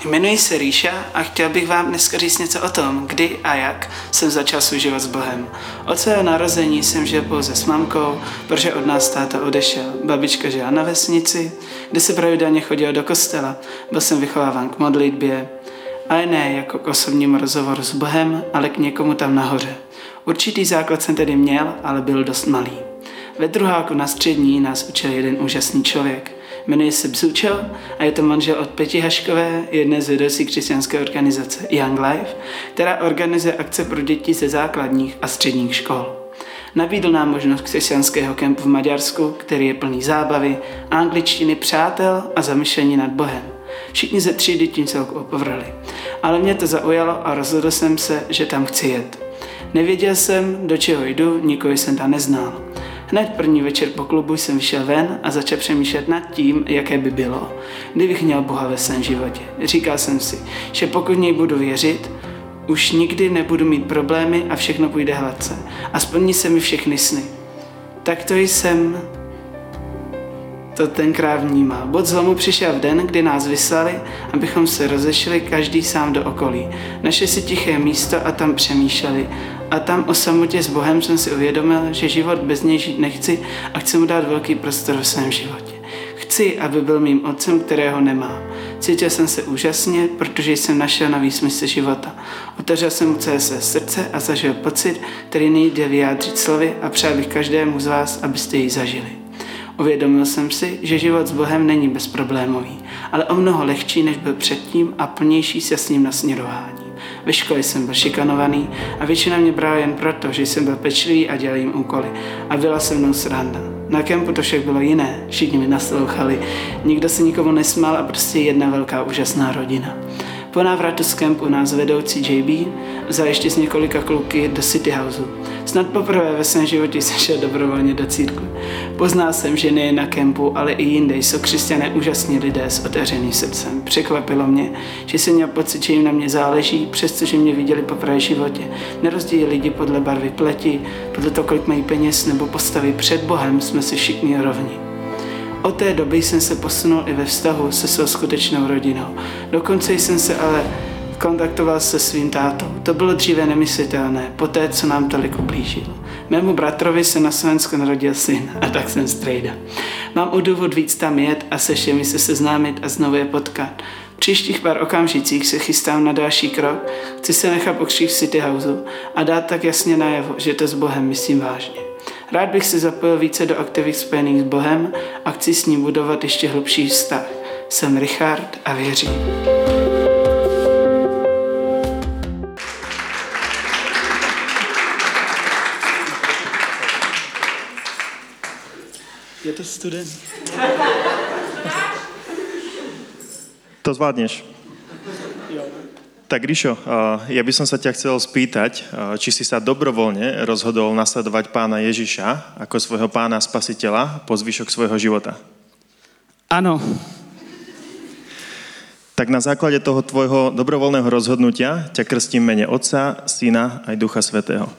Jmenuji se Ríša a chtěl bych vám dneska říct něco o tom, kdy a jak jsem začal svůj život s Bohem. Od svého narození jsem žil pouze s mamkou, protože od nás táta odešel. Babička žila na vesnici, kde se pravidelně chodila do kostela. Byl jsem vychováván k modlitbě, ale ne jako k osobnímu rozhovoru s Bohem, ale k někomu tam nahoře. Určitý základ jsem tedy měl, ale byl dost malý. Ve druháku na střední nás učil jeden úžasný člověk. Jmenuje se Bzučo a je to manžel od Peti Haškové, jedné z vedoucích křesťanské organizace Young Life, která organizuje akce pro děti ze základních a středních škol. Nabídl nám možnost křesťanského kempu v Maďarsku, který je plný zábavy, angličtiny, přátel a zamyšlení nad Bohem. Všichni ze třídy tím celku opovrhli. Ale mě to zaujalo a rozhodl jsem se, že tam chci jet. Nevěděl jsem, do čeho jdu, nikoho jsem tam neznal. Hned první večer po klubu jsem vyšel ven a začal přemýšlet nad tím, jaké by bylo, kdybych měl Boha ve svém životě. Říkal jsem si, že pokud něj budu věřit, už nikdy nebudu mít problémy a všechno půjde hladce. A splní se mi všechny sny. Tak to jsem to tenkrát vnímal. Bod zlomu přišel v den, kdy nás vyslali, abychom se rozešli každý sám do okolí. Našli si tiché místo a tam přemýšleli. A tam o samotě s Bohem jsem si uvědomil, že život bez něj žít nechci a chci mu dát velký prostor v svém životě. Chci, aby byl mým otcem, kterého nemám. Cítil jsem se úžasně, protože jsem našel nový smysl života. Otevřel jsem mu celé své srdce a zažil pocit, který nejde vyjádřit slovy a přál bych každému z vás, abyste ji zažili. Uvědomil jsem si, že život s Bohem není bezproblémový, ale o mnoho lehčí, než byl předtím a plnější s jasným nasměrováním. Ve škole jsem byl šikanovaný a většina mě brala jen proto, že jsem byl pečlivý a dělal jim úkoly a byla se mnou sranda. Na kempu to však bylo jiné, všichni mi naslouchali, nikdo se nikomu nesmál a prostě jedna velká úžasná rodina. Po návratu z kempu nás vedoucí JB vzal ještě s několika kluky do City Houseu. Snad poprvé ve svém životě jsem šel dobrovolně do církve. Poznal jsem, že nejen na kempu, ale i jinde jsou křesťané úžasní lidé s otevřeným srdcem. Překvapilo mě, že jsem měl pocit, že jim na mě záleží, přestože mě viděli poprvé v životě. Nerozdělí lidi podle barvy pleti, podle toho, kolik mají peněz nebo postavy. Před Bohem jsme si všichni rovni. Od té doby jsem se posunul i ve vztahu se svou skutečnou rodinou. Dokonce jsem se ale kontaktoval se svým tátou. To bylo dříve nemyslitelné, poté, co nám tolik ublížil. Mému bratrovi se na Slovensku narodil syn a tak jsem strejda. Mám důvod víc tam jet a se všemi se seznámit a znovu je potkat. V příštích pár okamžicích se chystám na další krok, chci se nechat pokřtít v City Houseu a dát tak jasně najevo, že to s Bohem myslím vážně. Rád bych se zapojil více do aktivit spojených s Bohem a chci s ním budovat ještě hlubší vztah. Jsem Richard a věřím. Je to student. To zvládneš. Tak Ríšo, ja by som sa ťa chcel spýtať, či si sa dobrovoľne rozhodol nasledovať pána Ježiša ako svojho pána spasiteľa po zvyšok svojho života. Áno. Tak na základe toho tvojho dobrovoľného rozhodnutia ťa krstím v mene Otca, Syna aj Ducha Svätého.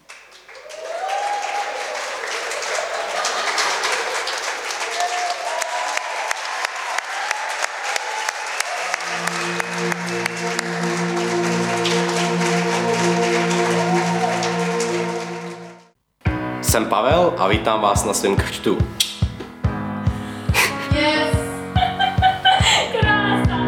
Jsem Pavel a vítám vás na svém křtu. Yes! Krása!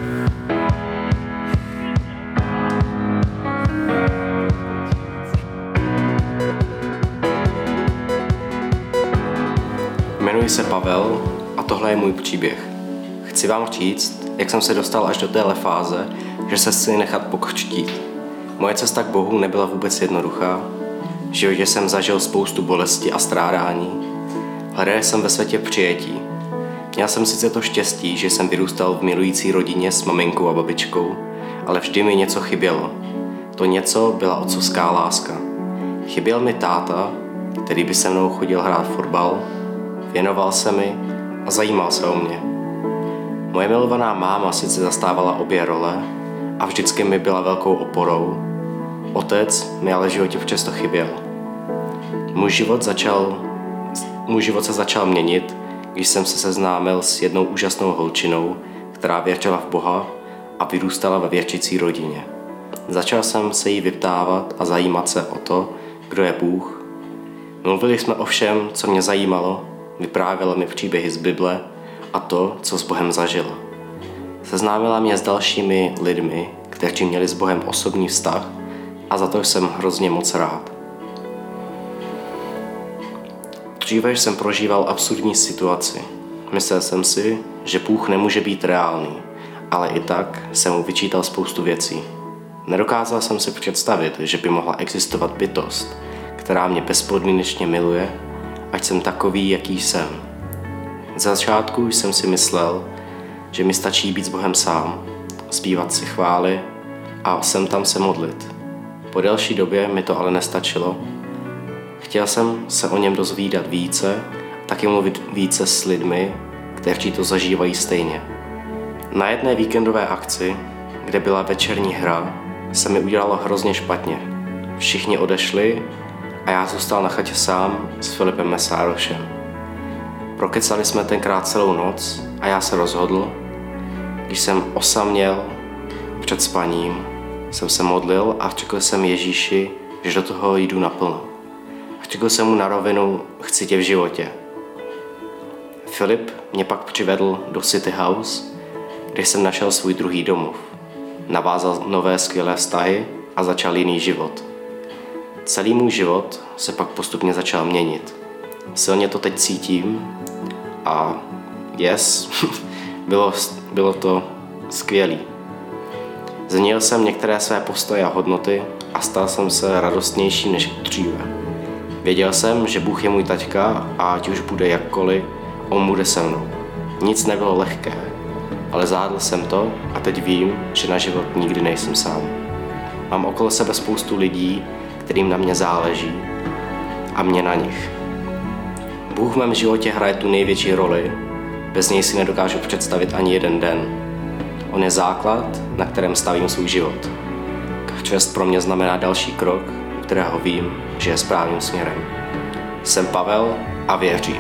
Jmenuji se Pavel a tohle je můj příběh. Chci vám říct, jak jsem se dostal až do téhle fáze, že se chci nechat pokřtít. Moje cesta k Bohu nebyla vůbec jednoduchá. V životě jsem zažil spoustu bolesti a strádání. Hledal jsem ve světě přijetí. Měl jsem sice to štěstí, že jsem vyrůstal v milující rodině s maminkou a babičkou, ale vždy mi něco chybělo. To něco byla otcovská láska. Chyběl mi táta, který by se mnou chodil hrát fotbal, věnoval se mi a zajímal se o mě. Moje milovaná máma sice zastávala obě role a vždycky mi byla velkou oporou. Otec mi ale v životě často chyběl. Můj život se začal měnit, když jsem se seznámil s jednou úžasnou holčinou, která věřila v Boha a vyrůstala ve věřící rodině. Začal jsem se jí vyptávat a zajímat se o to, kdo je Bůh. Mluvili jsme o všem, co mě zajímalo, vyprávěla mi příběhy z Bible a to, co s Bohem zažila. Seznámila mě s dalšími lidmi, kteří měli s Bohem osobní vztah a za to jsem hrozně moc rád. Dříve jsem prožíval absurdní situaci. Myslel jsem si, že Bůh nemůže být reálný, ale i tak jsem mu vyčítal spoustu věcí. Nedokázal jsem si představit, že by mohla existovat bytost, která mě bezpodmínečně miluje, ať jsem takový, jaký jsem. Za začátku jsem si myslel, že mi stačí být s Bohem sám, zpívat si chvály a sem tam se modlit. Po delší době mi to ale nestačilo. Chtěl jsem se o něm dozvídat více, taky mluvit více s lidmi, kteří to zažívají stejně. Na jedné víkendové akci, kde byla večerní hra, se mi udělalo hrozně špatně. Všichni odešli a já zůstal na chatě sám s Filipem Mesárošem. Prokecali jsme tenkrát celou noc a já se rozhodl, když jsem osaměl před spaním, jsem se modlil a řekl jsem Ježíši, že do toho jdu naplno. Řekl jsem mu na rovinu, chci tě v životě. Filip mě pak přivedl do City House, kde jsem našel svůj druhý domov. Navázal nové skvělé vztahy a začal jiný život. Celý můj život se pak postupně začal měnit. Silně to teď cítím a bylo to skvělý. Změnil jsem některé své postoje a hodnoty a stal jsem se radostnější než dříve. Věděl jsem, že Bůh je můj taťka a ať už bude jakkoliv, on bude se mnou. Nic nebylo lehké, ale zvládl jsem to a teď vím, že na život nikdy nejsem sám. Mám okolo sebe spoustu lidí, kterým na mě záleží a mě na nich. Bůh v mém životě hraje tu největší roli, bez něj si nedokážu představit ani jeden den. On je základ, na kterém stavím svůj život. Křest pro mě znamená další krok, u kterého vím, že je správným směrem. Jsem Pavel a věřím.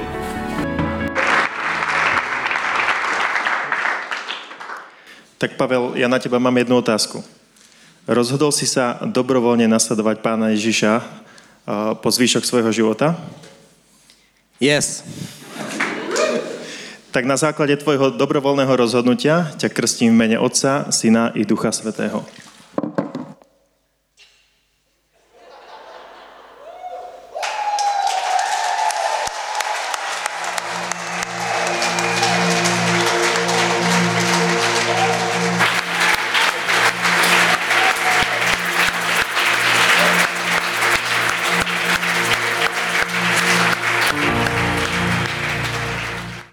Tak Pavel, ja na teba mám jednu otázku. Rozhodol si sa dobrovoľne nasledovať Pána Ježiša po zvyšok svojho života? Yes. Tak na základe tvojho dobrovoľného rozhodnutia ťa krstím v mene Otca, Syna i Ducha Svätého.